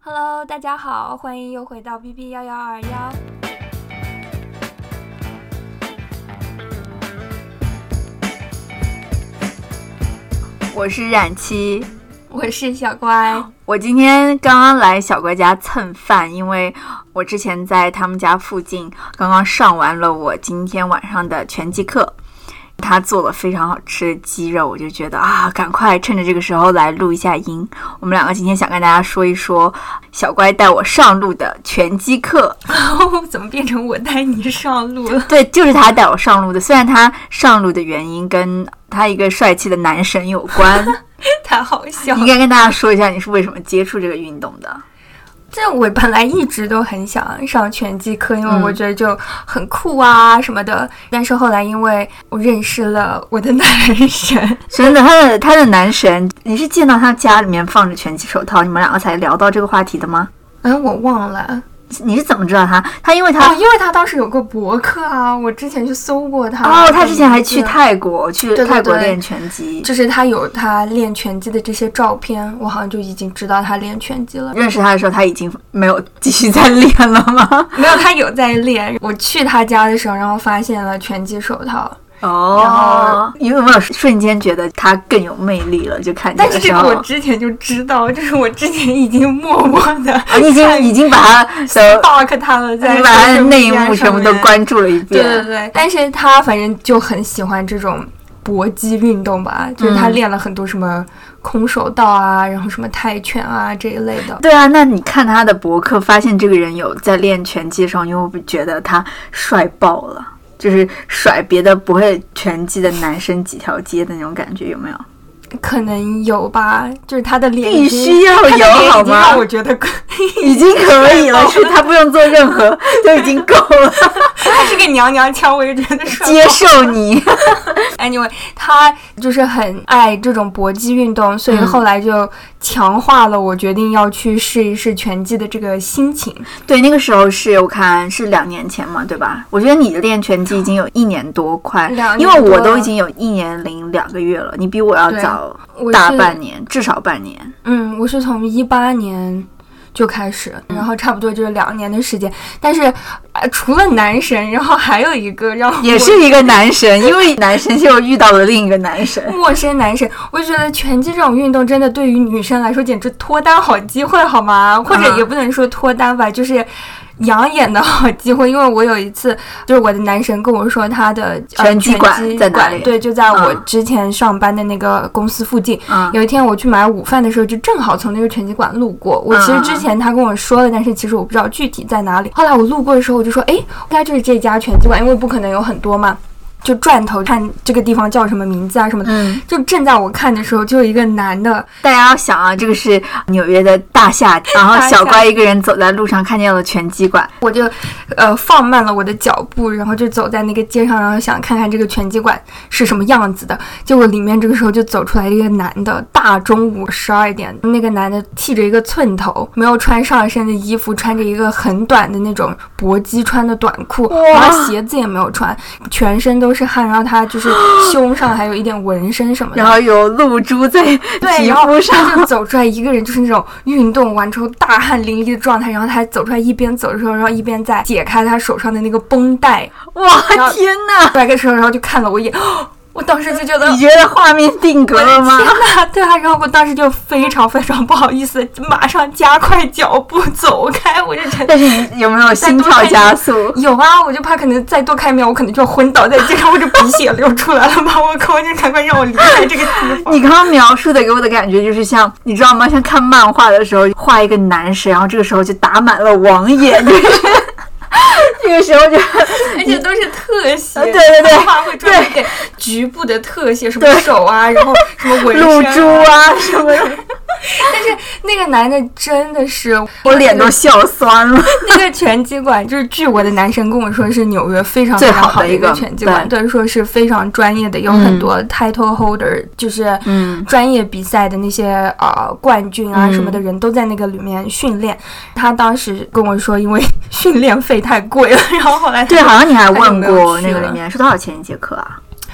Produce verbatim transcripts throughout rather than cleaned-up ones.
Hello， 大家好，欢迎又回到 B B 一一二一。 我是冉七， 我是小乖。 我今天刚刚来小乖家蹭饭，因为我之前在他们家附近刚刚上完了我今天晚上的拳击课。他做了非常好吃的鸡肉，我就觉得啊，赶快趁着这个时候来录一下音。我们两个今天想跟大家说一说小乖带我上路的拳击课。 哦，怎么变成我带你上路了？ 对，就是他带我上路的。虽然他上路的原因跟他一个帅气的男神有关， 太好笑了。 你应该跟大家说一下你是为什么接触这个运动的。 这我本来一直都很想上拳击课，因为我觉得就很酷啊什么的、嗯、但是后来因为我认识了我的男神， 真的，他的他的男神，你是见到他家里面放着拳击手套，你们两个才聊到这个话题的吗？ 嗯，我忘了。 你是怎么知道他？他因为他、 哦、因为他当时有个博客啊，我之前去搜过他。 哦，他之前还去泰国，去泰国练拳击。 对对对，就是他有他练拳击的这些照片，我好像就已经知道他练拳击了。 认识他的时候，他已经没有继续在练了吗？ 没有，他有在练。我去他家的时候，然后发现了拳击手套。 哦，然后你有没有瞬间觉得他更有魅力了？就看见的时候， 但是这个我之前就知道，就是我之前已经默默的、 啊，你已经已经把他的 stalk 他了，在你把他的内幕全部都关注了一遍。 对对对，但是他反正就很喜欢这种搏击运动吧，就是他练了很多什么空手道啊，然后什么泰拳啊这一类的。 对啊，那你看他的博客，发现这个人有在练拳击的时候，你会不会觉得他帅爆了？就是甩别的不会拳击的男生几条街的那种感觉，有没有？ 可能有吧，就是他的脸必须要有好吗？ 我觉得已经可以了，是他不用做任何就已经够了。 他是个娘娘腔，我也觉得帅。 接受你。 Anyway， 他就是很爱这种搏击运动，所以后来就强化了我决定要去试一试拳击的这个心情。 对，那个时候是我看是两年前嘛，对吧？我觉得你的练拳击已经有一年多快，因为我都已经有一年零两个月了，你比我要早大半年，至少半年。 嗯，我是从一八年就开始，然后差不多就是两年的时间。但是、呃、除了男神，然后还有一个让我也是一个男神，因为男神就遇到了另一个男神， 陌生男神。我就觉得拳击这种运动真的对于女生来说简直脱单好机会，好吗？或者也不能说脱单吧，就是养眼的好机会。因为我有一次就是我的男神跟我说他的拳击馆在哪里， 对，就在我之前上班的那个公司附近、嗯、有一天我去买午饭的时候就正好从那个拳击馆路过。我其实之前他跟我说了、嗯、但是其实我不知道具体在哪里。后来我路过的时候我就说诶，应该就是这家拳击馆，因为不可能有很多嘛，就转头看这个地方叫什么名字啊什么的、嗯、就正在我看的时候就有一个男的。 大家要想啊，这个是纽约的大夏天，然后小乖一个人走在路上看见了拳击馆， 我就呃放慢了我的脚步，然后就走在那个街上，然后想看看这个拳击馆是什么样子的。结果里面这个时候就走出来一个男的，大中午十二点，那个男的剃着一个寸头，没有穿上身的衣服，穿着一个很短的那种搏击穿的短裤，然后鞋子也没有穿，全身都都是汗，然后他就是胸上还有一点纹身什么的， 然后有露珠在皮肤上， 他就走出来一个人，就是那种运动完之后大汗淋漓的状态，然后他走出来一边走的时候，然后一边在解开他手上的那个绷带。 哇，天哪！ 来个时候，然后就看了我一眼。我当时就觉得， 你觉得画面定格了吗？ 天哪，对啊，然后我当时就非常非常不好意思，马上加快脚步走开。我就觉得， 但是你有没有心跳加速？ 有啊，我就怕可能再多开一秒，我可能就要昏倒在地上，或者鼻血流出来了吧。我靠，就赶快让我离开这个地方。 你刚刚描述的给我的感觉就是像，你知道吗？像看漫画的时候画一个男神，然后这个时候就打满了网眼，就是这个时候就， 而且都是特写， 对对对， 画会专门给局部的特写，什么手啊，然后什么纹身、 露珠啊什么的。 但是那个男的真的是， 我脸都笑酸了。 那个拳击馆就是据我的男神跟我说是纽约非常非常好的一个拳击馆，对，说是非常专业的，有很多 title holder，、嗯、就是专业比赛的那些呃冠军啊什么的人都在那个里面训练。他当时跟我说，因为训练费太贵了，然后后来对，好像你还问过那个里面是多少钱一节课啊？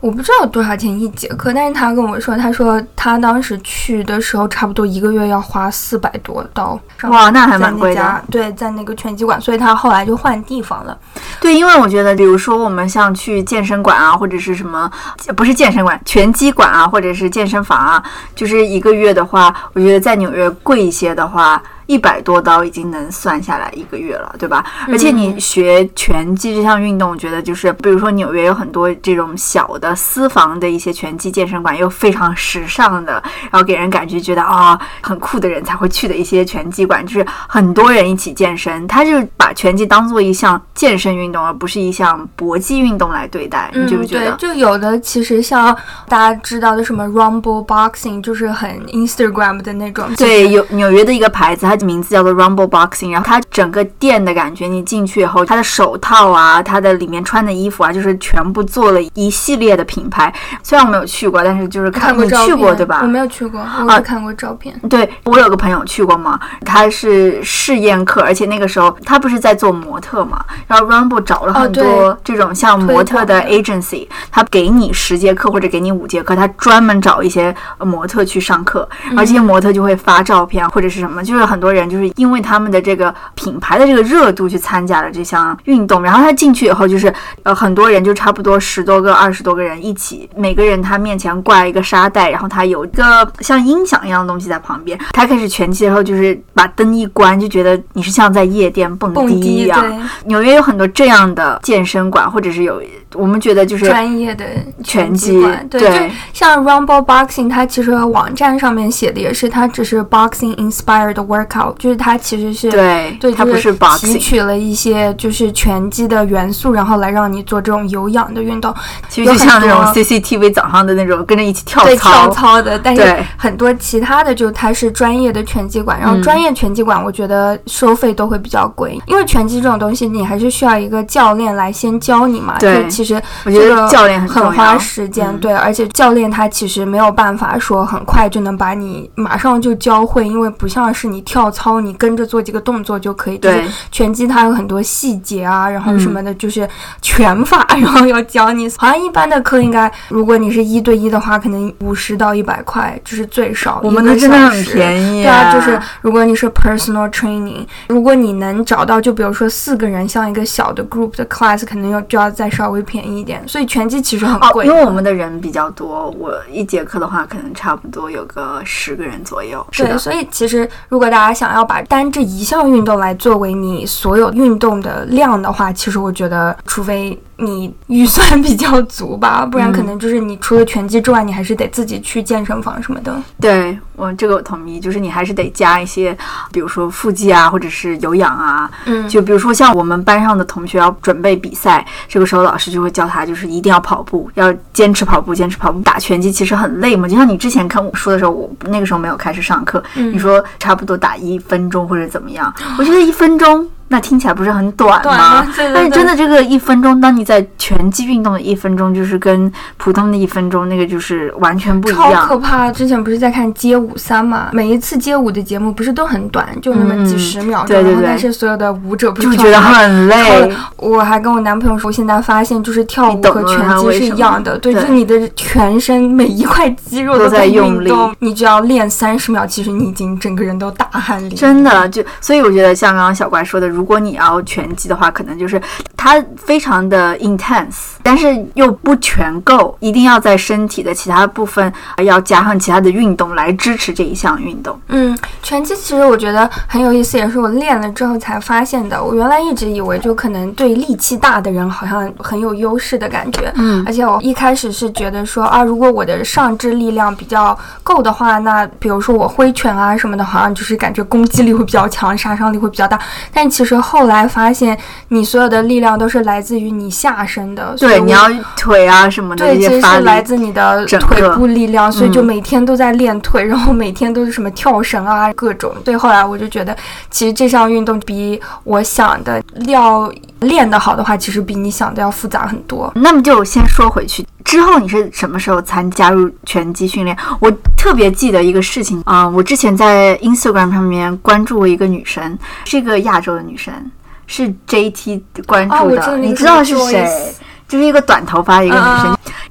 我不知道多少钱一节课，但是他跟我说，他说他当时去的时候差不多一个月要花四百多刀。 哇，那还蛮贵的。 对，在那个拳击馆，所以他后来就换地方了。 对，因为我觉得比如说我们像去健身馆啊，或者是什么不是健身馆，拳击馆啊，或者是健身房啊，就是一个月的话，我觉得在纽约贵一些的话，一百多刀已经能算下来一个月了，对吧？而且你学拳击这项运动，我觉得就是比如说纽约有很多这种小的私房的一些拳击健身馆，又非常时尚的，然后给人感觉觉得啊、哦、很酷的人才会去的一些拳击馆，就是很多人一起健身，他就把拳击当做一项健身运动，而不是一项搏击运动来对待。你觉不觉得？ 嗯，对，就有的其实像大家知道的什么 Rumble Boxing， 就是很 Instagram 的那种。 对，有纽约的一个牌子，它名字叫做 Rumble Boxing， 然后它整个店的感觉，你进去以后，它的手套啊，它的里面穿的衣服啊，就是全部做了一系列的品牌。虽然我没有去过，但是就是看过照片， 你去过对吧？ 我没有去过，我只看过照片。 啊、对，我有个朋友去过嘛，他是试验课，而且那个时候他不是在做模特嘛，然后 Rumble 找了很多这种像模特的 agency，、哦、他给你十节课或者给你五节课，他专门找一些模特去上课，然后这些模特就会发照片、嗯、或者是什么，就是很多人就是因为他们的这个品牌的这个热度去参加了这项运动，然后他进去以后就是呃很多人就差不多十多个二十多个人一起，每个人他面前挂一个沙袋，然后他有一个像音响一样的东西在旁边，他开始拳击的时候就是把灯一关，就觉得你是像在夜店蹦迪一样。纽约有很多这样的健身馆，或者是有我们觉得就是专业的拳击馆， 对，对就像 Rumble Boxing， 它其实网站上面写的也是，它只是 Boxing Inspired Workout， 就是它其实是对， 对， 它不是 Boxing， 提取了一些就是拳击的元素，然后来让你做这种有氧的运动。 其实就像那种 C C T V 早上的那种跟着一起跳操， 对跳操的，但是很多其他的就它是专业的拳击馆，然后专业拳击馆我觉得收费都会比较贵，嗯、因为拳击这种东西你还是需要一个教练来先教你嘛。 对， 其实我觉得教练很重要， 很花时间、嗯，对，而且教练他其实没有办法说很快就能把你马上就教会，因为不像是你跳操，你跟着做几个动作就可以。 对， 就是拳击它有很多细节啊，然后什么的，就是拳法，嗯、然后要教你。好像一般的课应该，如果你是一对一的话，可能五十到一百块，就是最少。 我们的真的很便宜、 啊。对啊，就是如果你是 personal training， 如果你能找到，就比如说四个人，像一个小的 group 的 class， 可能要就要再稍微便宜一点。所以拳击其实很贵、 哦，因为我们的人比较多，我一节课的话可能差不多有个十个人左右。 对，所以其实如果大家想要把单这一项运动来作为你所有运动的量的话，其实我觉得除非你预算比较足吧，不然可能就是你除了拳击之外，你还是得自己去健身房什么的。 对，我这个我同意，就是你还是得加一些，比如说腹肌啊，或者是有氧啊。 嗯， 就比如说像我们班上的同学要准备比赛，这个时候老师就会教他，就是一定要跑步，要坚持跑步，坚持跑步。打拳击其实很累嘛，就像你之前看我说的时候，我那个时候没有开始上课， 嗯、 你说差不多打一分钟或者怎么样，我觉得一分钟。那听起来不是很短吗？ 对对对， 但是真的这个一分钟，当你在拳击运动的一分钟，就是跟普通的一分钟那个就是完全不一样， 超可怕。之前不是在看街舞三嘛，每一次街舞的节目不是都很短，就那么几十秒钟，嗯、 对对对， 但是所有的舞者不是就觉得很累。 我还跟我男朋友说，我现在发现就是跳舞和拳击是一样的，对，就是你的全身每一块肌肉都在用力， 你只要练三十秒，其实你已经整个人都大汗淋漓。 真的，就所以我觉得像刚刚小怪说的，如果你要拳拳击的话，可能就是它非常的 intense， 但是又不全够，一定要在身体的其他部分要加上其他的运动来支持这一项运动。 嗯，拳击其实我觉得很有意思，也是我练了之后才发现的。我原来一直以为就可能对力气大的人好像很有优势的感觉， 嗯， 而且我一开始是觉得说啊，如果我的上肢力量比较够的话，那比如说我挥拳啊什么的，好像就是感觉攻击力会比较强，杀伤力会比较大。但其实后来发现发现你所有的力量都是来自于你下身的， 对，你要腿啊什么的， 对，其实是来自你的腿部力量，所以就每天都在练腿、嗯、然后每天都是什么跳绳啊各种。所以后来我就觉得其实这项运动比我想的要练得好的话，其实比你想的要复杂很多。 那么就先说回去，之后你是什么时候才加入拳击训练？我特别记得一个事情啊、呃，我之前在 Instagram 上面关注过一个女生，是一个亚洲的女生，是 J T 关注的、 哦、 你知道是谁？就是一个短头发的一个女生、嗯、她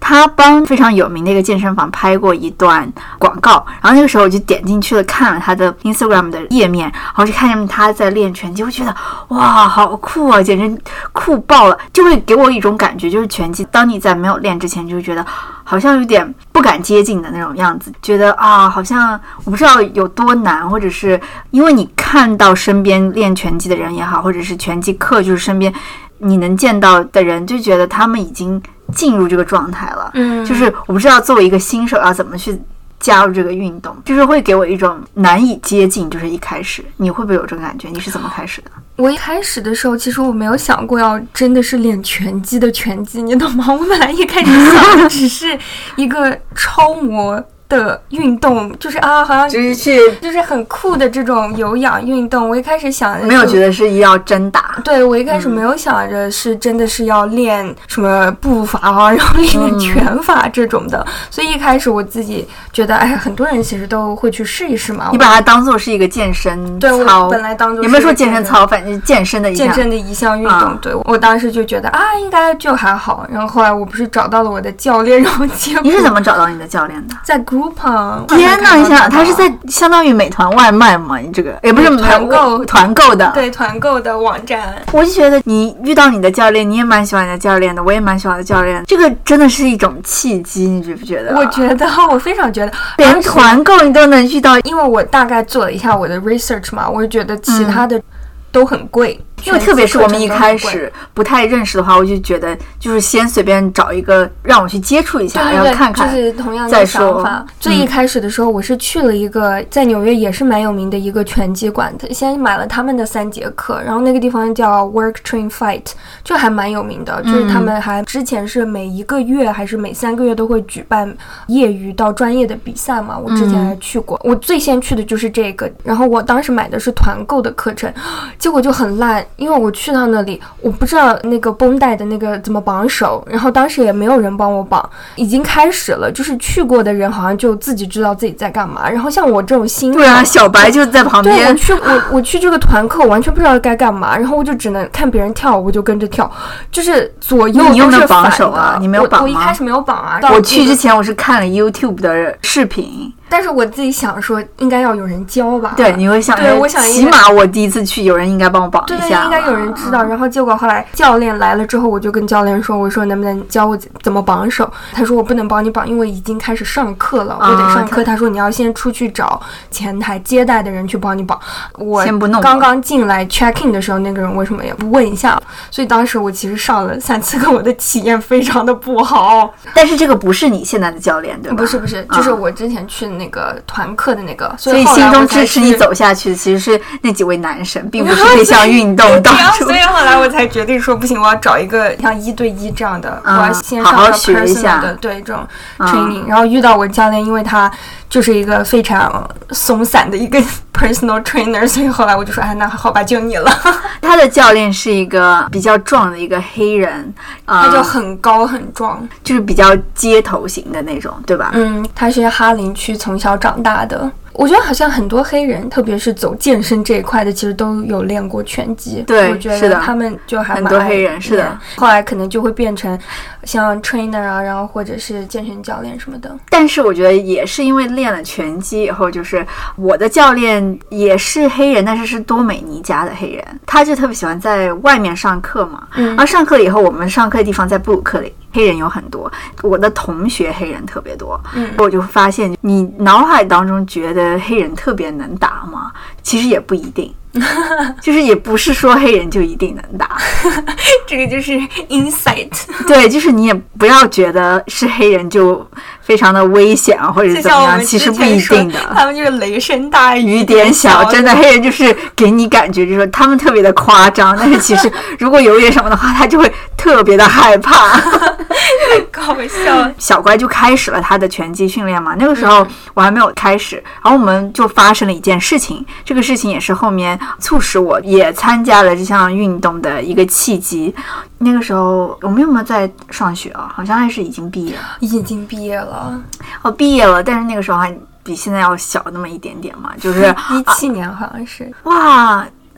他帮非常有名的一个健身房拍过一段广告，然后那个时候我就点进去了，看了他的 Instagram 的页面，然后就看见他在练拳击，我觉得哇好酷啊，简直酷爆了，就会给我一种感觉，就是拳击当你在没有练之前就会觉得好像有点不敢接近的那种样子，觉得啊好像我不知道有多难，或者是因为你看到身边练拳击的人也好，或者是拳击课就是身边你能见到的人，就觉得他们已经进入这个状态了。 嗯， 就是我不知道作为一个新手要怎么去加入这个运动，就是会给我一种难以接近。就是一开始你会不会有这个感觉？你是怎么开始的？ 我一开始的时候，其实我没有想过要真的是练拳击的拳击，你懂吗？我本来一开始想的只是一个超模的运动，就是啊，好像就是去就是很酷的这种有氧运动。我一开始想的没有觉得是要真打， 对，我一开始没有想着是真的是要练什么步伐啊，然后练拳法这种的，嗯、所以一开始我自己觉得，哎，很多人其实都会去试一试嘛。 你把它当做是一个健身操， 对，我本来当做有没有说健身操，反正健身的一项健身的一项运动。啊、对，我当时就觉得啊，应该就还好。然后后来我不是找到了我的教练，然后结果你是怎么找到你的教练的？ 在 Groupon。 天哪，你想他是在相当于美团外卖吗？你这个也不是团购团购的， 对，团购的网站。 我就觉得你遇到你的教练，你也蛮喜欢你的教练的，我也蛮喜欢的教练，这个真的是一种契机，你觉不觉得？ 我觉得，我非常觉得， 连团购你都能遇到， 因为我大概做了一下我的 research 嘛，我就觉得其他的都很贵。嗯， 因为特别是我们一开始不太认识的话，我就觉得就是先随便找一个让我去接触一下， 对对对， 然后看看， 就是同样的想法。最一开始的时候，我是去了一个在纽约也是蛮有名的一个拳击馆，先买了他们的三节课，然后那个地方叫 Work Train Fight， 就还蛮有名的，就是他们还之前是每一个月还是每三个月都会举办业余到专业的比赛嘛，我之前还去过，我最先去的就是这个，然后我当时买的是团购的课程，结果就很烂。因为我去到那里，我不知道那个绷带的那个怎么绑手，然后当时也没有人帮我绑，已经开始了，就是去过的人好像就自己知道自己在干嘛，然后像我这种新手， 对啊，小白就在旁边， 对，我去我我去这个团课，完全不知道该干嘛，然后我就只能看别人跳，我就跟着跳，就是左右都是反的。 手啊？你没有绑吗？ 我, 我一开始没有绑啊， 我去之前我是看了 YouTube 的视频。 但是我自己想说，应该要有人教吧？ 对，你会想， 对，我想起码我第一次去，有人应该帮我绑一下， 对，应该有人知道。然后结果后来教练来了之后，我就跟教练说，我说能不能教我怎么绑手？他说我不能帮你绑，因为已经开始上课了，我得上课。他说你要先出去找前台接待的人去帮你绑。我先不弄。 刚刚进来 check in 的时候，那个人为什么也不问一下？所以当时我其实上了三次课，我的体验非常的不好。 但是这个不是你现在的教练，对吧？ 不是不是，就是我之前去的那个团课的那个， 所以心中支持你走下去的其实是那几位男神，并不是这项运动当中。 所以后来我才决定说，不行，我要找一个像一对一这样的， 嗯、 我要先上个 personal 的，对这种 training、嗯。然后遇到我教练，因为他就是一个非常松散的一个 personal trainer， 所以后来我就说，哎，那好吧，就你了。 他的教练是一个比较壮的一个黑人， 他就很高很壮， 就是比较街头型的那种，对吧？ 嗯，他是哈林区从小长大的。我觉得好像很多黑人，特别是走健身这一块的，其实都有练过拳击。 对， 我觉得他们就还蛮很多黑人是的。 后来可能就会变成像 trainer 啊，然后或者是健身教练什么的。 但是我觉得也是因为练了拳击以后，就是我的教练也是黑人，但是是多美尼加的黑人，他就特别喜欢在外面上课嘛。嗯。然后上课以后，我们上课的地方在布鲁克林。黑人有很多，我的同学黑人特别多，嗯，我就发现你脑海当中觉得黑人特别能打吗？其实也不一定，就是也不是说黑人就一定能打， 这个就是 insight。 对，就是你也不要觉得是黑人就非常的危险啊，或者怎么样，其实不一定的。 他们就是雷声大雨点小，真的黑人就是给你感觉就是说他们特别的夸张，但是其实如果有点什么的话，他就会特别的害怕。 太搞笑了。 小乖就开始了他的拳击训练嘛，那个时候我还没有开始，然后我们就发生了一件事情，这个事情也是后面促使我也参加了这项运动的一个契机。那个时候我们有没有在上学啊？好像还是已经毕业了。 已经毕业了。 哦，毕业了，但是那个时候还比现在要小那么一点点嘛，就是一七年好像是。 哇，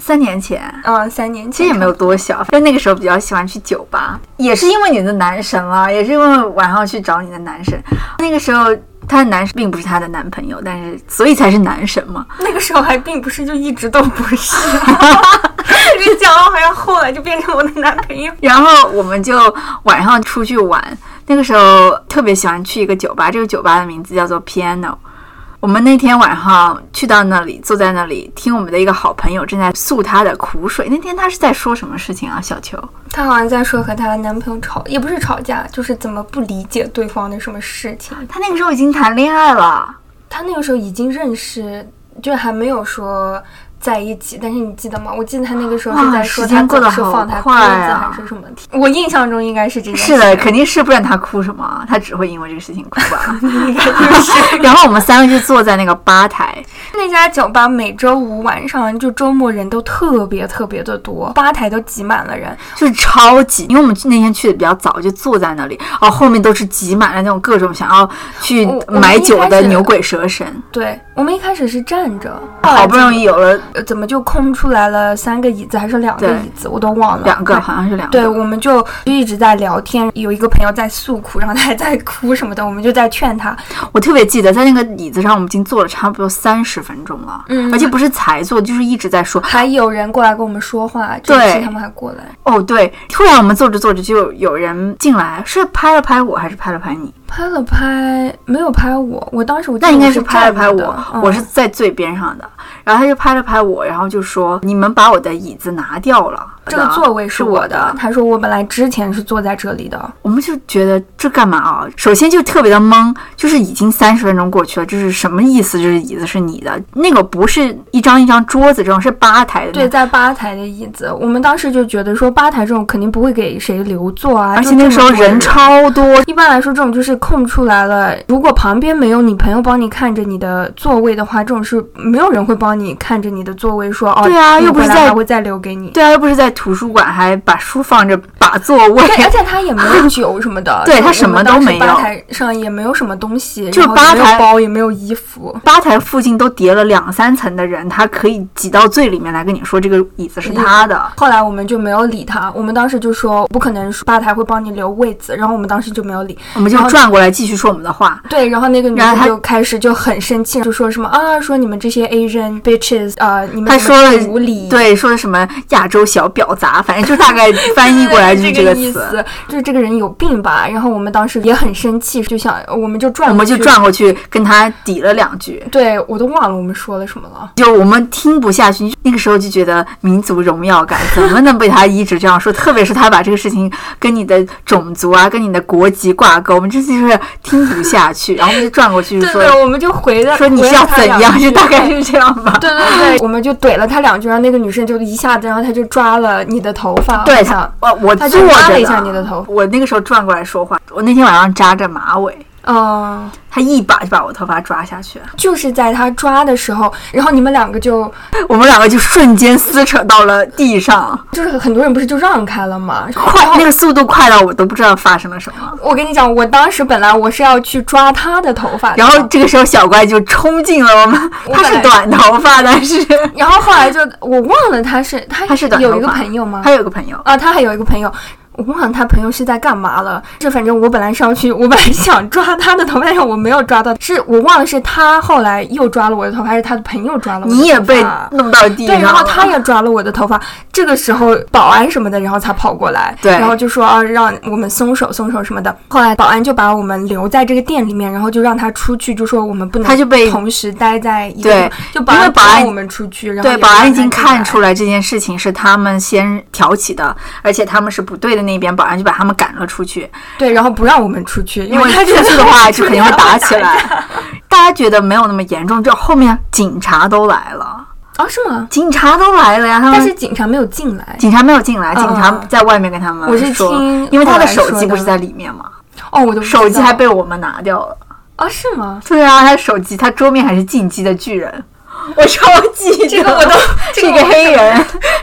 三年前， 嗯，三年前其实也没有多小，就那个时候比较喜欢去酒吧，也是因为你的男神了，也是因为晚上去找你的男神。那个时候他的男神并不是他的男朋友，但是所以才是男神嘛。 那个时候还并不是，就一直都不是。这讲好像后来就变成我的男朋友。 然后我们就晚上出去玩，那个时候特别喜欢去一个酒吧，这个酒吧的名字叫做 Piano。我们那天晚上去到那里，坐在那里听我们的一个好朋友正在诉他的苦水。那天他是在说什么事情啊，小球？ 她好像在说和她的男朋友吵，也不是吵架，就是怎么不理解对方的什么事情。 他那个时候已经谈恋爱了， 她那个时候已经认识，就还没有说在一起，但是你记得吗？我记得他那个时候是在说他总是放他鸽子还是什么题，我印象中应该是这件事。 是的，肯定是，不然他哭什么？他只会因为这个事情哭吧。应该就是。然后我们三个就坐在那个吧台， 那家酒吧每周五晚上就周末人都特别特别的多，吧台都挤满了人， 就是超挤。因为我们那天去的比较早，就坐在那里，然后后面都是挤满了那种各种想要去买酒的牛鬼蛇神。 对，我们一开始是站着， 好不容易有了。 怎么就空出来了三个椅子还是两个椅子，我都忘了。 两个，好像是两个。 对，我们就一直在聊天，有一个朋友在诉苦，然后他还在哭什么的，我们就在劝他。 我特别记得在那个椅子上，我们已经坐了差不多三十分钟了，嗯，而且不是才坐，就是一直在说。 还有人过来跟我们说话，对，他们还过来。 哦，对，突然我们坐着坐着就有人进来，是拍了拍我还是拍了拍你？ 拍了拍，没有拍我。我当时我记得那应该是拍了拍我， 嗯、 我是在最边上的。然后他就拍了拍我，然后就说：“你们把我的椅子拿掉了， 这个座位是我的。 我的” 他说：“我本来之前是坐在这里的。” 我们就觉得这干嘛啊？首先就特别的懵，就是已经三十分钟过去了，这是什么意思？就是椅子是你的，那个不是一张一张桌子这种，是吧台的。 对，在吧台的椅子，我们当时就觉得说吧台这种肯定不会给谁留座啊， 而且那个时候人超多。 一般来说，这种就是空出来了，如果旁边没有你朋友帮你看着你的座位的话，这种是没有人会帮你看着你的座位说哦， 对啊，又不是在还会再留给你。 对啊，又不是在图书馆还把书放着把座位。 对，而且他也没有酒什么的。 对，他什么都没有。 吧台上也没有什么东西， 就吧台包也没有衣服， 吧台附近都叠了两三层的人，他可以挤到最里面来跟你说这个椅子是他的。 后来我们就没有理他，我们当时就说不可能吧台会帮你留位子，然后我们当时就没有理， 我们就转过来继续说我们的话。 对，然后那个女生就开始就很生气，就说什么啊，说你们这些 Asian bitches 呃，你们他说了无理， 对，说的什么亚洲小婊砸，反正就大概翻译过来就是这个词， 这个意思，就是这个人有病吧。然后我们当时也很生气，就想我们就转过去， 我们就转过去跟他抵了两句。 对，我都忘了我们说了什么了， 就我们听不下去，那个时候就觉得民族荣耀感怎么能被他一直这样说？特别是他把这个事情跟你的种族啊、跟你的国籍挂钩，我们真就是听不下去。然后我们就转过去就说， 对对，我们就回了， 说你是要怎样？就大概是这样吧。 对对对，我们就怼了他两句，然后那个女生就一下子，然后他就抓了你的头发， 对他，我我他就抓了一下你的头， 我那个时候转过来说话，我那天晚上扎着马尾。 嗯， 他一把就把我头发抓下去了， 就是在他抓的时候，然后你们两个就， 我们两个就瞬间撕扯到了地上， 就是很多人不是就让开了吗？ 快，那个速度快到我都不知道发生了什么。 我跟你讲，我当时本来我是要去抓他的头发的， 然后这个时候小怪就冲进了我们，他是短头发，但是， 然后后来就我忘了他是他他是短头发， 有一个朋友吗？ 他有一个朋友啊，他还有一个朋友。我忘了他朋友是在干嘛了，这反正我本来上去，我本来想抓他的头发，但是我没有抓到，是我忘了是他后来又抓了我的头发，还是他的朋友抓了我的头发， 你也被弄到地上， 对，然后他也抓了我的头发，这个时候保安什么的，然后才跑过来， 对， 然后就说啊让我们松手松手什么的，后来保安就把我们留在这个店里面，然后就让他出去，就说我们不能， 他就被同时待在一个， 对， 就保安保安我们出去，然后对，保安已经看出来这件事情是他们先挑起的，而且他们是不对的那边，保安就把他们赶了出去， 对，然后不让我们出去， 因为他出去的话就肯定会打起来。大家觉得没有那么严重，就后面警察都来了。 哦，是吗？ 警察都来了呀，他们但是警察没有进来， 警察没有进来，警察在外面跟他们说， 我是听， 因为他的手机不是在里面吗？ 哦，我的手机还被我们拿掉了。 啊，是吗？ 对啊，他手机，他桌面还是进击的巨人。我超记得， 这个我都是一个黑人，黑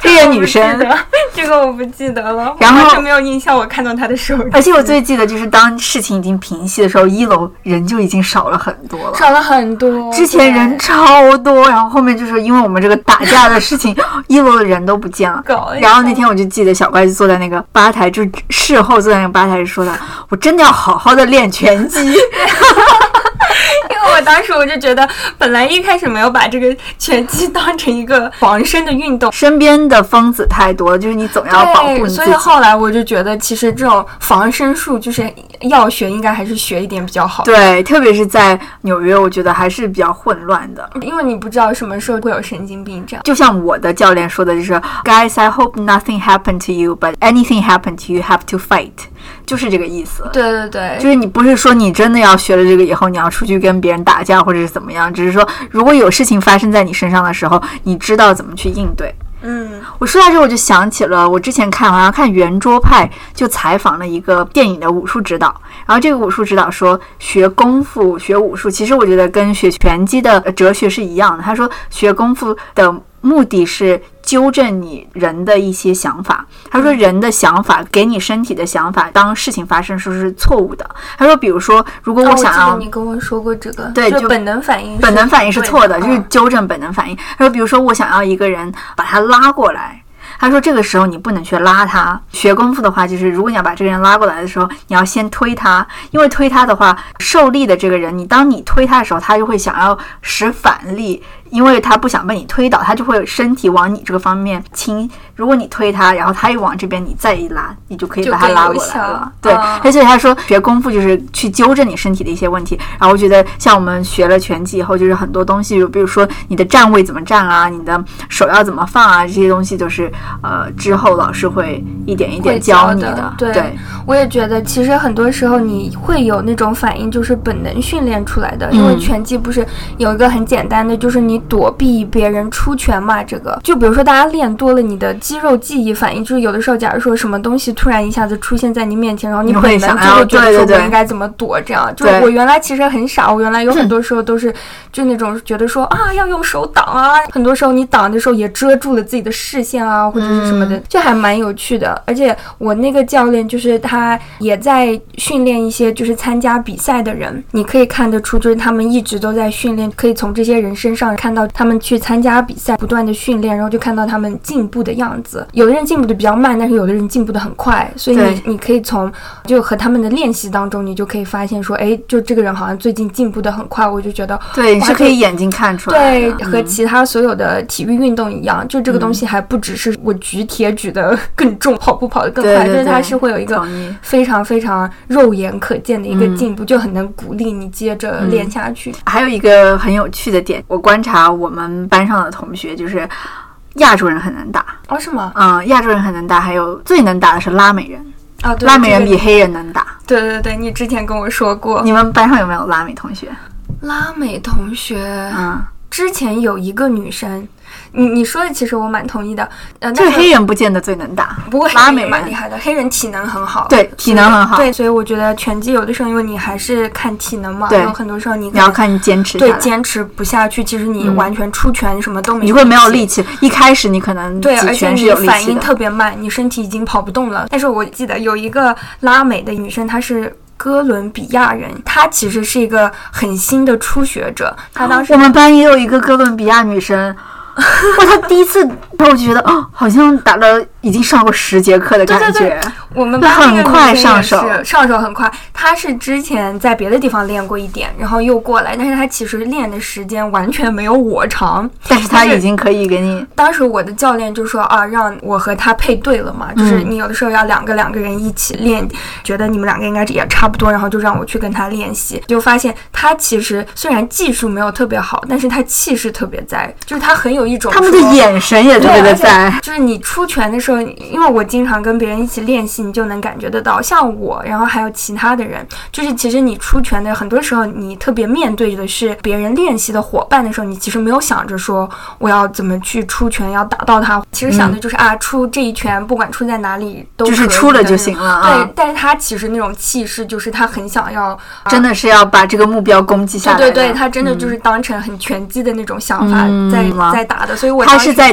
黑人女生， 这个我不记得了， 然后完全没有印象我看到她的手机。 而且我最记得就是当事情已经平息的时候，一楼人就已经少了很多了， 少了很多， 之前人超多，然后后面就是因为我们这个打架的事情，一楼的人都不见了。然后那天我就记得小乖就坐在那个吧台，就事后坐在那个吧台说的，我真的要好好的练拳击。 因为我当时我就觉得，本来一开始没有把这个拳击当成一个防身的运动， 身边的疯子太多了，就是你总要保护你自己。 所以后来我就觉得，其实这种防身术就是要学，应该还是学一点比较好。 对，特别是在纽约，我觉得还是比较混乱的， 因为你不知道什么时候会有神经病这样。 就像我的教练说的，就是 Guys, I hope nothing happened to you, but anything happened to you, have to fight， 就是这个意思。 对对对， 就是你不是说你真的要学了这个以后，你要出去跟别人打架或者是怎么样，只是说如果有事情发生在你身上的时候，你知道怎么去应对。 嗯， 我说到这我就想起了我之前看好像看圆桌派就采访了一个电影的武术指导，然后这个武术指导说学功夫学武术其实我觉得跟学拳击的哲学是一样的。他说学功夫的目的是纠正你人的一些想法，他说人的想法给你身体的想法当事情发生时是错误的。他说比如说如果我想要、 哦、我记得你跟我说过这个， 对， 就本能反应本能反应是错的， 的就是纠正本能反应。他说比如说我想要一个人把他拉过来，他说这个时候你不能去拉他，学功夫的话就是如果你要把这个人拉过来的时候，你要先推他，因为推他的话受力的这个人，你当你推他的时候他就会想要使反力，因为他不想被你推倒，他就会身体往你这个方面倾，如果你推他然后他一往这边你再一拉，你就可以把他拉过来了。对、嗯、而且他说学功夫就是去纠正你身体的一些问题。然后我觉得像我们学了拳击以后，就是很多东西比如说你的站位怎么站啊，你的手要怎么放啊，这些东西都是呃之后老师会一点一点教你的。 的对, 对， 我也觉得其实很多时候你会有那种反应就是本能训练出来的、嗯、因为拳击不是有一个很简单的就是你躲避别人出拳嘛，这个就比如说大家练多了，你的肌肉记忆反应就是有的时候假如说什么东西突然一下子出现在你面前，然后你本能就会觉得说我应该怎么躲，这样就是我原来其实很傻，我原来有很多时候都是就那种觉得说啊要用手挡啊，很多时候你挡的时候也遮住了自己的视线啊或者是什么的、嗯、就还蛮有趣的。而且我那个教练就是他也在训练一些就是参加比赛的人，你可以看得出就是他们一直都在训练，可以从这些人身上看到他们去参加比赛不断的训练，然后就看到他们进步的样子。有的人进步的比较慢，但是有的人进步的很快，所以你你可以从就和他们的练习当中你就可以发现说哎，就这个人好像最近进步的很快。我就觉得对，你是可以眼睛看出来的。对、嗯、和其他所有的体育运动一样，就这个东西还不只是我举铁举得更重，跑步跑得更快，就是它是会有一个非常非常肉眼可见的一个进步、嗯、就很能鼓励你接着练下去、嗯、 还有一个很有趣的点，我观察我们班上的同学就是亚洲人很能打。 哦，是吗？ 嗯，亚洲人很能打，还有最能打的是拉美人。 啊，对， 拉美人比黑人能打。 对对对，你之前跟我说过。 你们班上有没有拉美同学？ 拉美同学， 嗯， 之前有一个女生。你你说的其实我蛮同意的，呃， 这个黑人不见得最能打， 不过拉美人蛮厉害的，黑人体能很好， 对，体能很好， 对，所以我觉得拳击有的时候因为你还是看体能嘛， 对， 有很多时候你你要看你坚持下来， 对，坚持不下去，其实你完全出拳什么都没、嗯， 你会没有力气，一开始你可能对，而且你反应特别慢， 嗯、 你身体已经跑不动了。但是我记得有一个拉美的女生，她是哥伦比亚人，她其实是一个很新的初学者，她当时、 哦、我们班也有一个哥伦比亚女生。哇，他第一次，然后我就觉得哦，好像打了已经上过十节课的感觉。 对对对，我们班很快上手， 上手很快。他是之前在别的地方练过一点，然后又过来，但是他其实练的时间完全没有我长。 但是他已经可以给你。 当时我的教练就说啊，让我和他配对了嘛，就是你有的时候要两个两个人一起练，嗯、觉得你们两个应该也差不多，然后就让我去跟他练习，就发现他其实虽然技术没有特别好，但是他气势特别在，就是他很有一种他们的眼神也特别的在， 就是你出拳的时候，因为我经常跟别人一起练习，你就能感觉得到，像我，然后还有其他的人，就是其实你出拳的很多时候，你特别面对的是别人练习的伙伴的时候，你其实没有想着说我要怎么去出拳要打到他，其实想的就是、嗯、啊，出这一拳不管出在哪里都可以， 就是出了就行了啊。 对，但是他其实那种气势，就是他很想要、啊， 真的是要把这个目标攻击下来。 对对对，他真的就是当成很拳击的那种想法在、嗯、在打的，所以我他是在打一个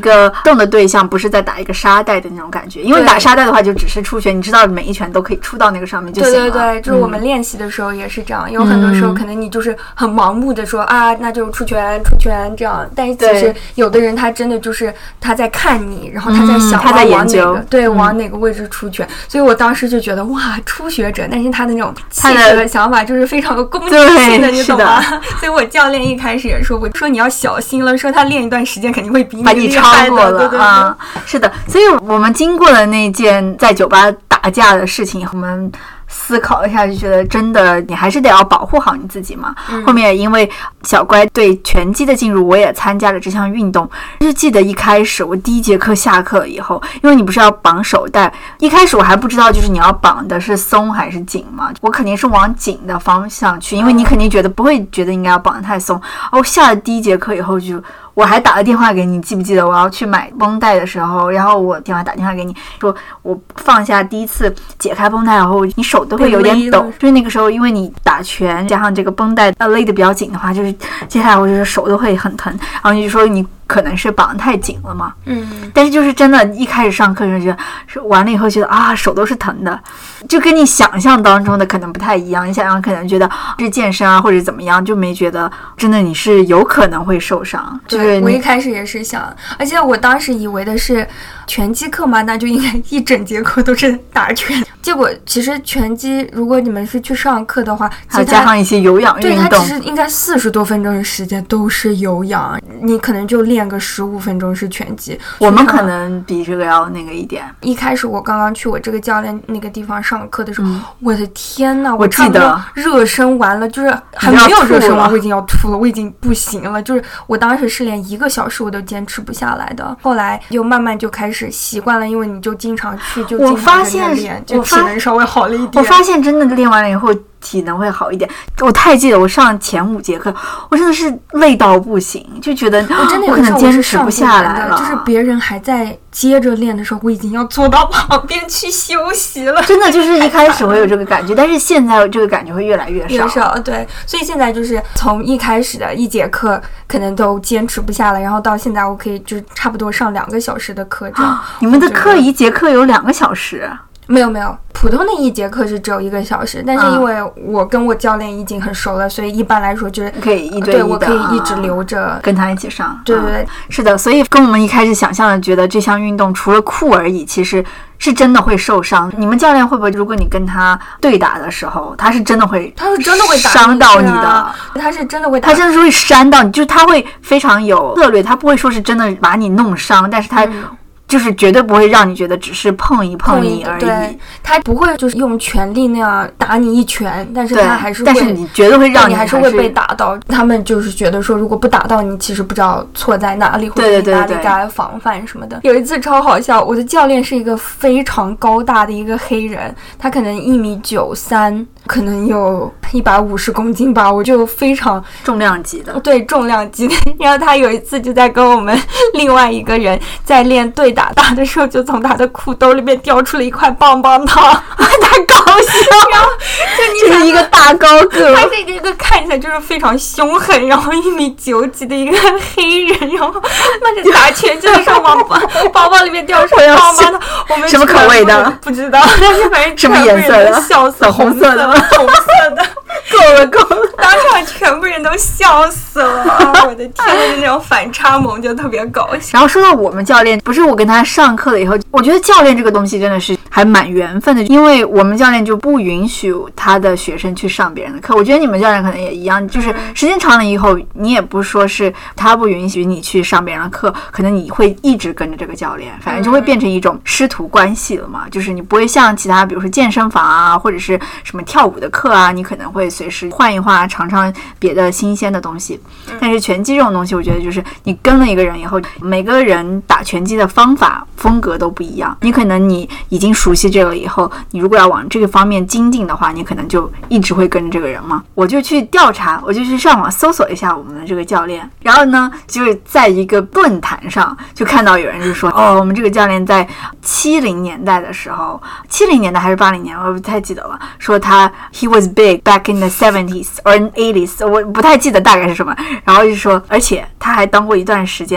个动的对象不是在打一个沙袋的那种感觉，因为打沙袋的话就只是出拳，你知道每一拳都可以出到那个上面就行了。 对对对，就是我们练习的时候也是这样、嗯、有很多时候可能你就是很盲目的说啊那就出拳出拳这样，但是其实有的人他真的就是他在看你，然后他在想、 嗯、他在研究、 啊、对、 嗯、 往哪个位置出拳，所以我当时就觉得哇初学者，但是他的那种气质的想法就是非常有攻击性的，你懂吗？所以我教练一开始也说我说你要小心了，说他练一段时间肯定会比你把你超过了，对对对、啊、是的。所以我们经过了那件在酒吧打架的事情，我们思考一下就觉得真的你还是得要保护好你自己嘛、嗯、后面也因为小乖对拳击的进入，我也参加了这项运动。就记得一开始我第一节课下课以后，因为你不是要绑手带，一开始我还不知道就是你要绑的是松还是紧嘛，我肯定是往紧的方向去，因为你肯定觉得不会觉得应该要绑得太松。哦，下了第一节课以后就我还打了电话给你，记不记得我要去买绷带的时候，然后我电话打电话给你说我放下第一次解开绷带然后你手都会有点抖，就是那个时候因为你打拳加上这个绷带勒得比较紧的话，就是接下来我就是手都会很疼，然后你就说你可能是绑得太紧了嘛。 嗯， 但是就是真的一开始上课的时候觉得是完了以后觉得啊手都是疼的，就跟你想象当中的可能不太一样，你想象可能觉得是健身啊或者怎么样，就没觉得真的你是有可能会受伤。 对，我一开始也是想，而且我当时以为的是拳击课嘛，那就应该一整节课都是打拳，结果其实拳击如果你们是去上课的话， 还加上一些有氧运动， 对，它其实应该四十多分钟的时间都是有氧，你可能就练个十五分钟是拳击。 我们可能比这个要那个一点。 一开始我刚刚去我这个教练那个地方上课的时候、嗯、我的天哪， 我差不多热身完了，就是还没有热身完我已经要吐了，我已经不行了，就是我当时是连一个小时我都坚持不下来的，后来就慢慢就开始习惯了，因为你就经常去就经常在练，就体能稍微好了一点。 我发现真的练完了以后体能会好一点。我太记得我上前五节课我真的是累到不行，就觉得我真的我可能坚持不下来了， 就是别人还在接着练的时候我已经要坐到旁边去休息了， 真的就是一开始会有这个感觉但是现在这个感觉会越来越少越少。对，所以现在就是从一开始的一节课可能都坚持不下来，然后到现在我可以就差不多上两个小时的课这样、啊、 你们的课一节课有两个小时？ 没有没有，普通的一节课是只有一个小时，但是因为我跟我教练已经很熟了、嗯、所以一般来说就是可以一对一的， 对，我可以一直留着跟他一起上。 对对对、 嗯、是的，所以跟我们一开始想象的觉得这项运动除了酷而已，其实是真的会受伤。你们教练会不会如果你跟他对打的时候，他是真的会他是真的会伤到你的， 他是真的会打， 他真的是会扇到你，就是他会非常有策略，他不会说是真的把你弄伤，但是他、嗯就是绝对不会让你觉得只是碰一碰你而已， 对，他不会就是用全力那样打你一拳，但是他还是会， 但是你绝对会让你还是会被打到。他们就是觉得说，如果不打到你，其实不知道错在哪里，或者你哪里该防范什么的。有一次超好笑，我的教练是一个非常高大的一个黑人，他可能一米九三，可能有一百五十公斤吧，我就非常重量级的， 对，重量级的。然后他有一次就在跟我们另外一个人在练对打打的时候，就从他的裤兜里面掉出了一块棒棒糖，太搞笑了。然后就你就是一个大高个， 他是一个看起来就是非常凶狠，然后一米九几的一个黑人，然后那就打拳击的时候往包包里面掉出来棒棒糖。我们什么口味的不知道，但是反正什么颜色的？ 笑死， 红色的， 红色的。 够了够了， 当场全部人都笑死了、啊、我的天，那种反差萌就特别搞笑。 然后说到我们教练，不是我跟他上课了以后，我觉得教练这个东西真的是还蛮缘分的，因为我们教练就不允许他的学生去上别人的课。我觉得你们教练可能也一样，就是时间长了以后，你也不说是他不允许你去上别人的课，可能你会一直跟着这个教练，反正就会变成一种师徒关系了嘛。就是你不会像其他比如说健身房啊或者是什么跳舞的课啊，你可能会随时换一换，尝尝别的新鲜的东西。但是拳击这种东西，我觉得就是你跟了一个人以后，每个人打拳击的方法风格都不一样。你可能你已经熟悉这个以后，你如果要往这个方面精进的话，你可能就一直会跟着这个人嘛。我就去调查，我就去上网搜索一下我们的这个教练，然后呢，就是在一个论坛上就看到有人就说，哦，我们这个教练在七零年代的时候，七零年代还是八零年，我不太记得了，说他 he was big back in the seventies or eighties， 我不太记得大概是什么。然后就说，而且他还当过一段时间的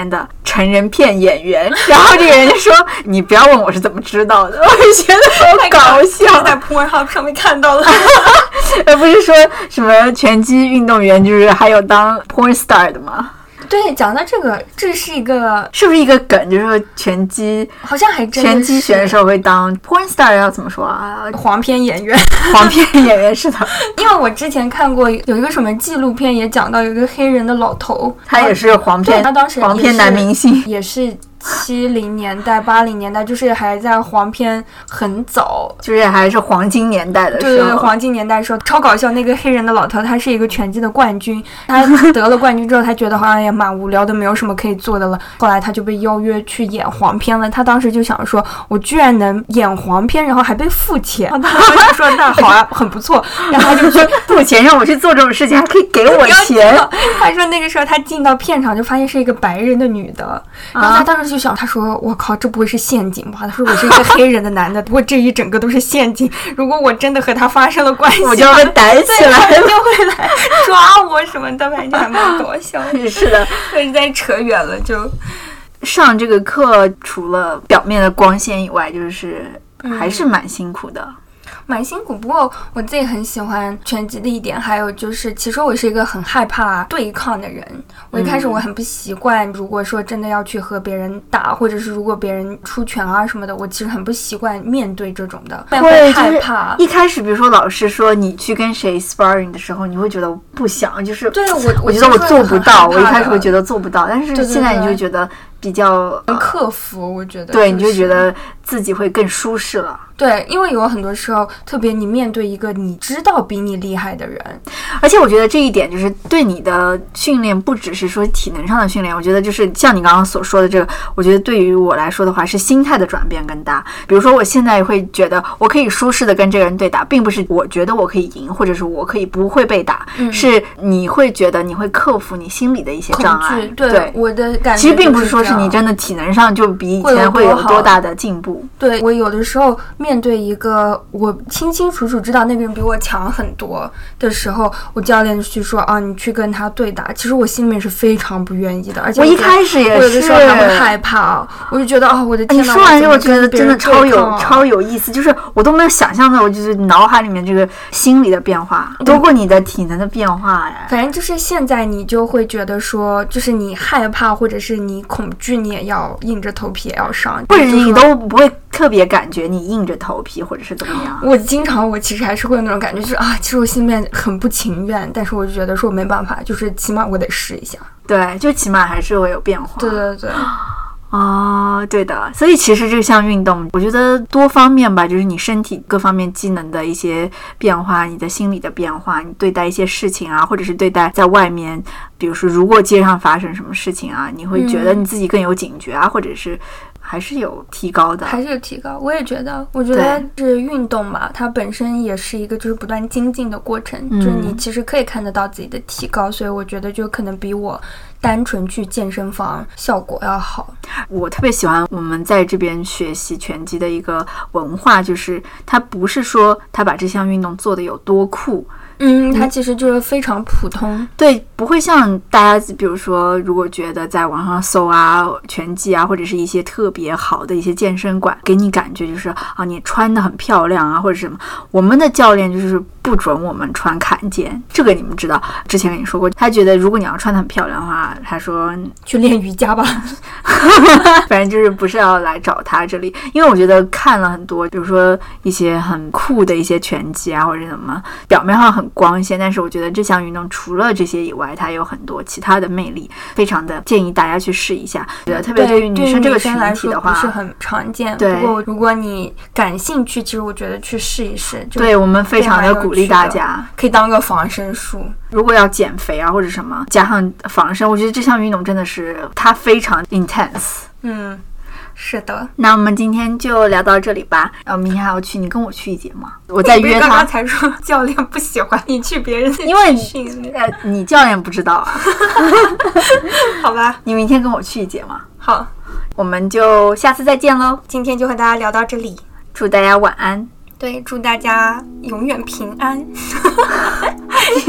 成人片演员，然后这个人就说你不要问我是怎么知道的，我就觉得好搞笑， 在 Pornhub 上面看到了而不是说什么拳击运动员就是还有当 porn star 的吗？ 对，讲到这个，这是一个是不是一个梗？就是说拳击， 好像还真的拳击选手会当 porn star， 要怎么说啊？ 黄片演员， 黄片演员是的。 因为我之前看过有一个什么纪录片，也讲到有一个黑人的老头， 他也是黄片， 他当时黄片男明星， 也是七零年代、八零年代，就是还在黄片很早， 就是还是黄金年代的时候。 对对对，黄金年代的时候超搞笑。那个黑人的老头，他是一个拳击的冠军，他得了冠军之后，他觉得好像也蛮无聊的，没有什么可以做的了。后来他就被邀约去演黄片了。他当时就想说，我居然能演黄片，然后还被付钱。他就说那好啊，很不错。然后他就去付钱让我去做这种事情，还可以给我钱。 他说那个时候他进到片场就发现是一个白人的女的，然后他当时就想，他说我靠，这不会是陷阱吧？他说我是一个黑人的男的，不过这一整个都是陷阱。如果我真的和他发生了关系， 我就要被逮起来， 就会来抓我什么的，反正还蛮搞笑的。 是的， 但是再扯远了就。 上这个课除了表面的光鲜以外，就是还是蛮辛苦的。嗯蛮辛苦，不过我自己很喜欢拳击的一点，还有就是其实我是一个很害怕对抗的人。我一开始我很不习惯，如果说真的要去和别人打，或者是如果别人出拳啊什么的，我其实很不习惯面对这种的，会害怕。 一开始比如说老师说你去跟谁 sparring 的时候，你会觉得不想，就是对我我觉得我做不到，我一开始会觉得做不到，但是现在你就觉得比较能克服，我觉得对，你就觉得自己会更舒适了。 对，因为有很多时候，特别你面对一个你知道比你厉害的人， 而且我觉得这一点就是对你的训练，不只是说体能上的训练，我觉得就是像你刚刚所说的这个，我觉得对于我来说的话，是心态的转变更大。比如说我现在会觉得我可以舒适的跟这个人对打，并不是我觉得我可以赢，或者是我可以不会被打，嗯、是你会觉得你会克服你心里的一些障碍。 对，对我的感觉其实并不是说是你真的体能上就比以前会有多大的进步。 对，我有的时候面对一个我清清楚楚知道那个人比我强很多的时候，我教练就去说啊，你去跟他对打，其实我心里面是非常不愿意的，而且我, 我一开始也是， 我有的时候还会害怕，我就觉得啊、哦，我的天哪！ 你说完之后，我觉得真的超有、 啊、 超有意思，就是我都没有想象到，我就是脑海里面这个心理的变化多过你的体能的变化呀。 反正就是现在你就会觉得说，就是你害怕或者是你恐惧，你也要硬着头皮也要上， 或者你都不会特别感觉你硬着头皮或者是怎么样。 我经常我其实还是会有那种感觉，就是啊，其实我心里面很不情愿，但是我就觉得说我没办法，就是起码我得试一下。 对，就起码还是会有变化。 对对对。 哦，对的，所以其实这项运动，我觉得多方面吧，就是你身体各方面机能的一些变化，你的心理的变化，你对待一些事情啊，或者是对待在外面，比如说如果街上发生什么事情啊，你会觉得你自己更有警觉啊，嗯、或者是还是有提高的， 还是有提高。我也觉得，我觉得是运动嘛，它本身也是一个就是不断精进的过程，嗯、就是你其实可以看得到自己的提高，所以我觉得就可能比我单纯去健身房效果要好。 我特别喜欢我们在这边学习拳击的一个文化，就是它不是说它把这项运动做得有多酷， 嗯，它其实就是非常普通， 对，不会像大家比如说如果觉得在网上搜啊拳击啊，或者是一些特别好的一些健身馆，给你感觉就是啊你穿得很漂亮啊或者什么，我们的教练就是不准我们穿坎肩，这个你们知道，之前跟你说过，他觉得如果你要穿得很漂亮的话，他说去练瑜伽吧反正就是不是要来找他这里，因为我觉得看了很多比如说一些很酷的一些拳击啊或者什么，表面上很光鲜，但是我觉得这项运动除了这些以外，它有很多其他的魅力，非常的建议大家去试一下。觉得特别对于女生这个群体的话不是很常见， 对， 不过如果你感兴趣，其实我觉得去试一试， 对，我们非常的鼓励大家可以当个防身术。 如果要减肥啊或者什么加上防身，我觉得这项运动真的是它非常 intense。 嗯，是的。 那我们今天就聊到这里吧，然后明天还要去，你跟我去一节吗？我再约他。 刚刚才说教练不喜欢你去别人的因为呃，你教练不知道啊好吧， 你明天跟我去一节吗？ 好， 我们就下次再见咯。 今天就和大家聊到这里， 祝大家晚安。 对，祝大家永远平安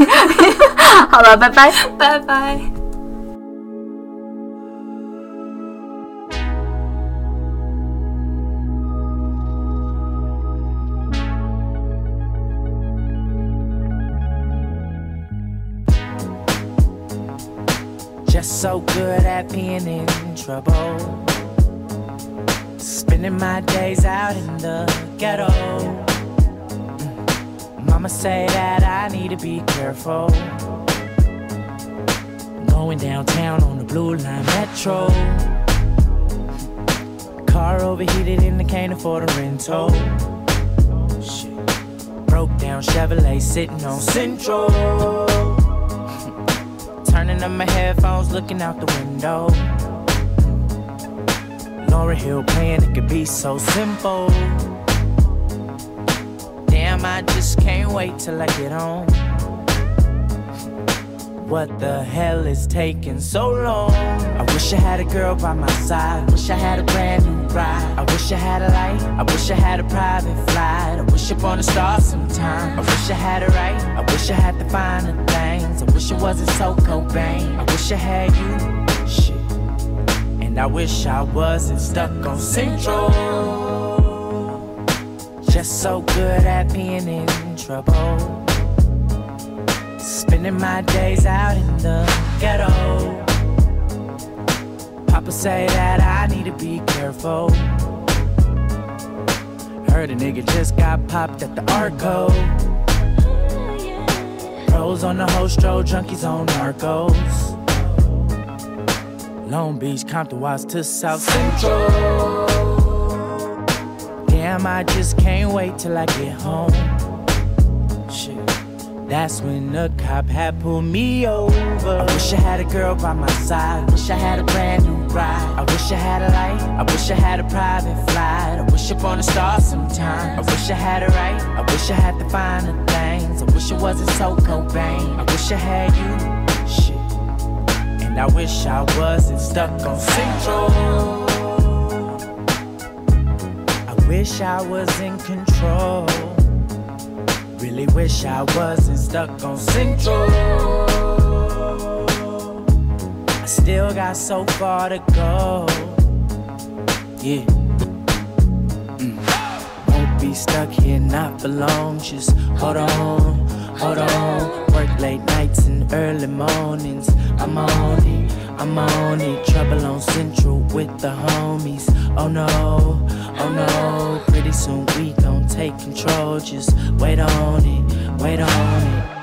好了，拜拜拜拜。 Just so good at being in trouble. Spending my days out in the ghetto. Mama say that I need to be careful. Going downtown on the Blue Line Metro. Car overheated and I can't afford a rental. Shit. Broke down Chevrolet sitting on Central. Turning up my headphones, looking out the window. Lauryn Hill playing, it could be so simple. Damn, I just can't wait till I get home. What the hell is taking so long? I wish I had a girl by my side. Wish I had a brand new ride. I wish I had a light. I wish I had a private flight. I wish upon a star sometime. I wish I had it right. I wish I had the finer things. I wish it wasn't so Cobain. I wish I had you. Shit. And I wish I wasn't stuck on Central. Just so good at being in trouble. Spending my days out in the ghetto. Papa say that I need to be careful. Heard a nigga just got popped at the Arco. Pros on the host, stroll, junkies on narcos. Long Beach, Compton, Watts to South Central. Damn, I just can't wait till I get home. Shit. That's when the cop had pulled me over. I wish I had a girl by my side. Wish I had a brand new ride. I wish I had a light. I wish I had a private flight. I wish upon a star sometime. I wish I had it right. I wish I had the finer things. I wish it wasn't so Cobain. I wish I had you. Shit. And I wish I wasn't stuck on Central. I wish I was in control. Really wish I wasn't stuck on Central. I still got so far to go. Yeah. Mm. Won't be stuck here not for long. Just hold on, hold on. Work late nights and early mornings. I'm on it, I'm on it. Trouble on Central with the homies. Oh no, oh no. Pretty soon we gon' take control. Just wait on it, wait on it.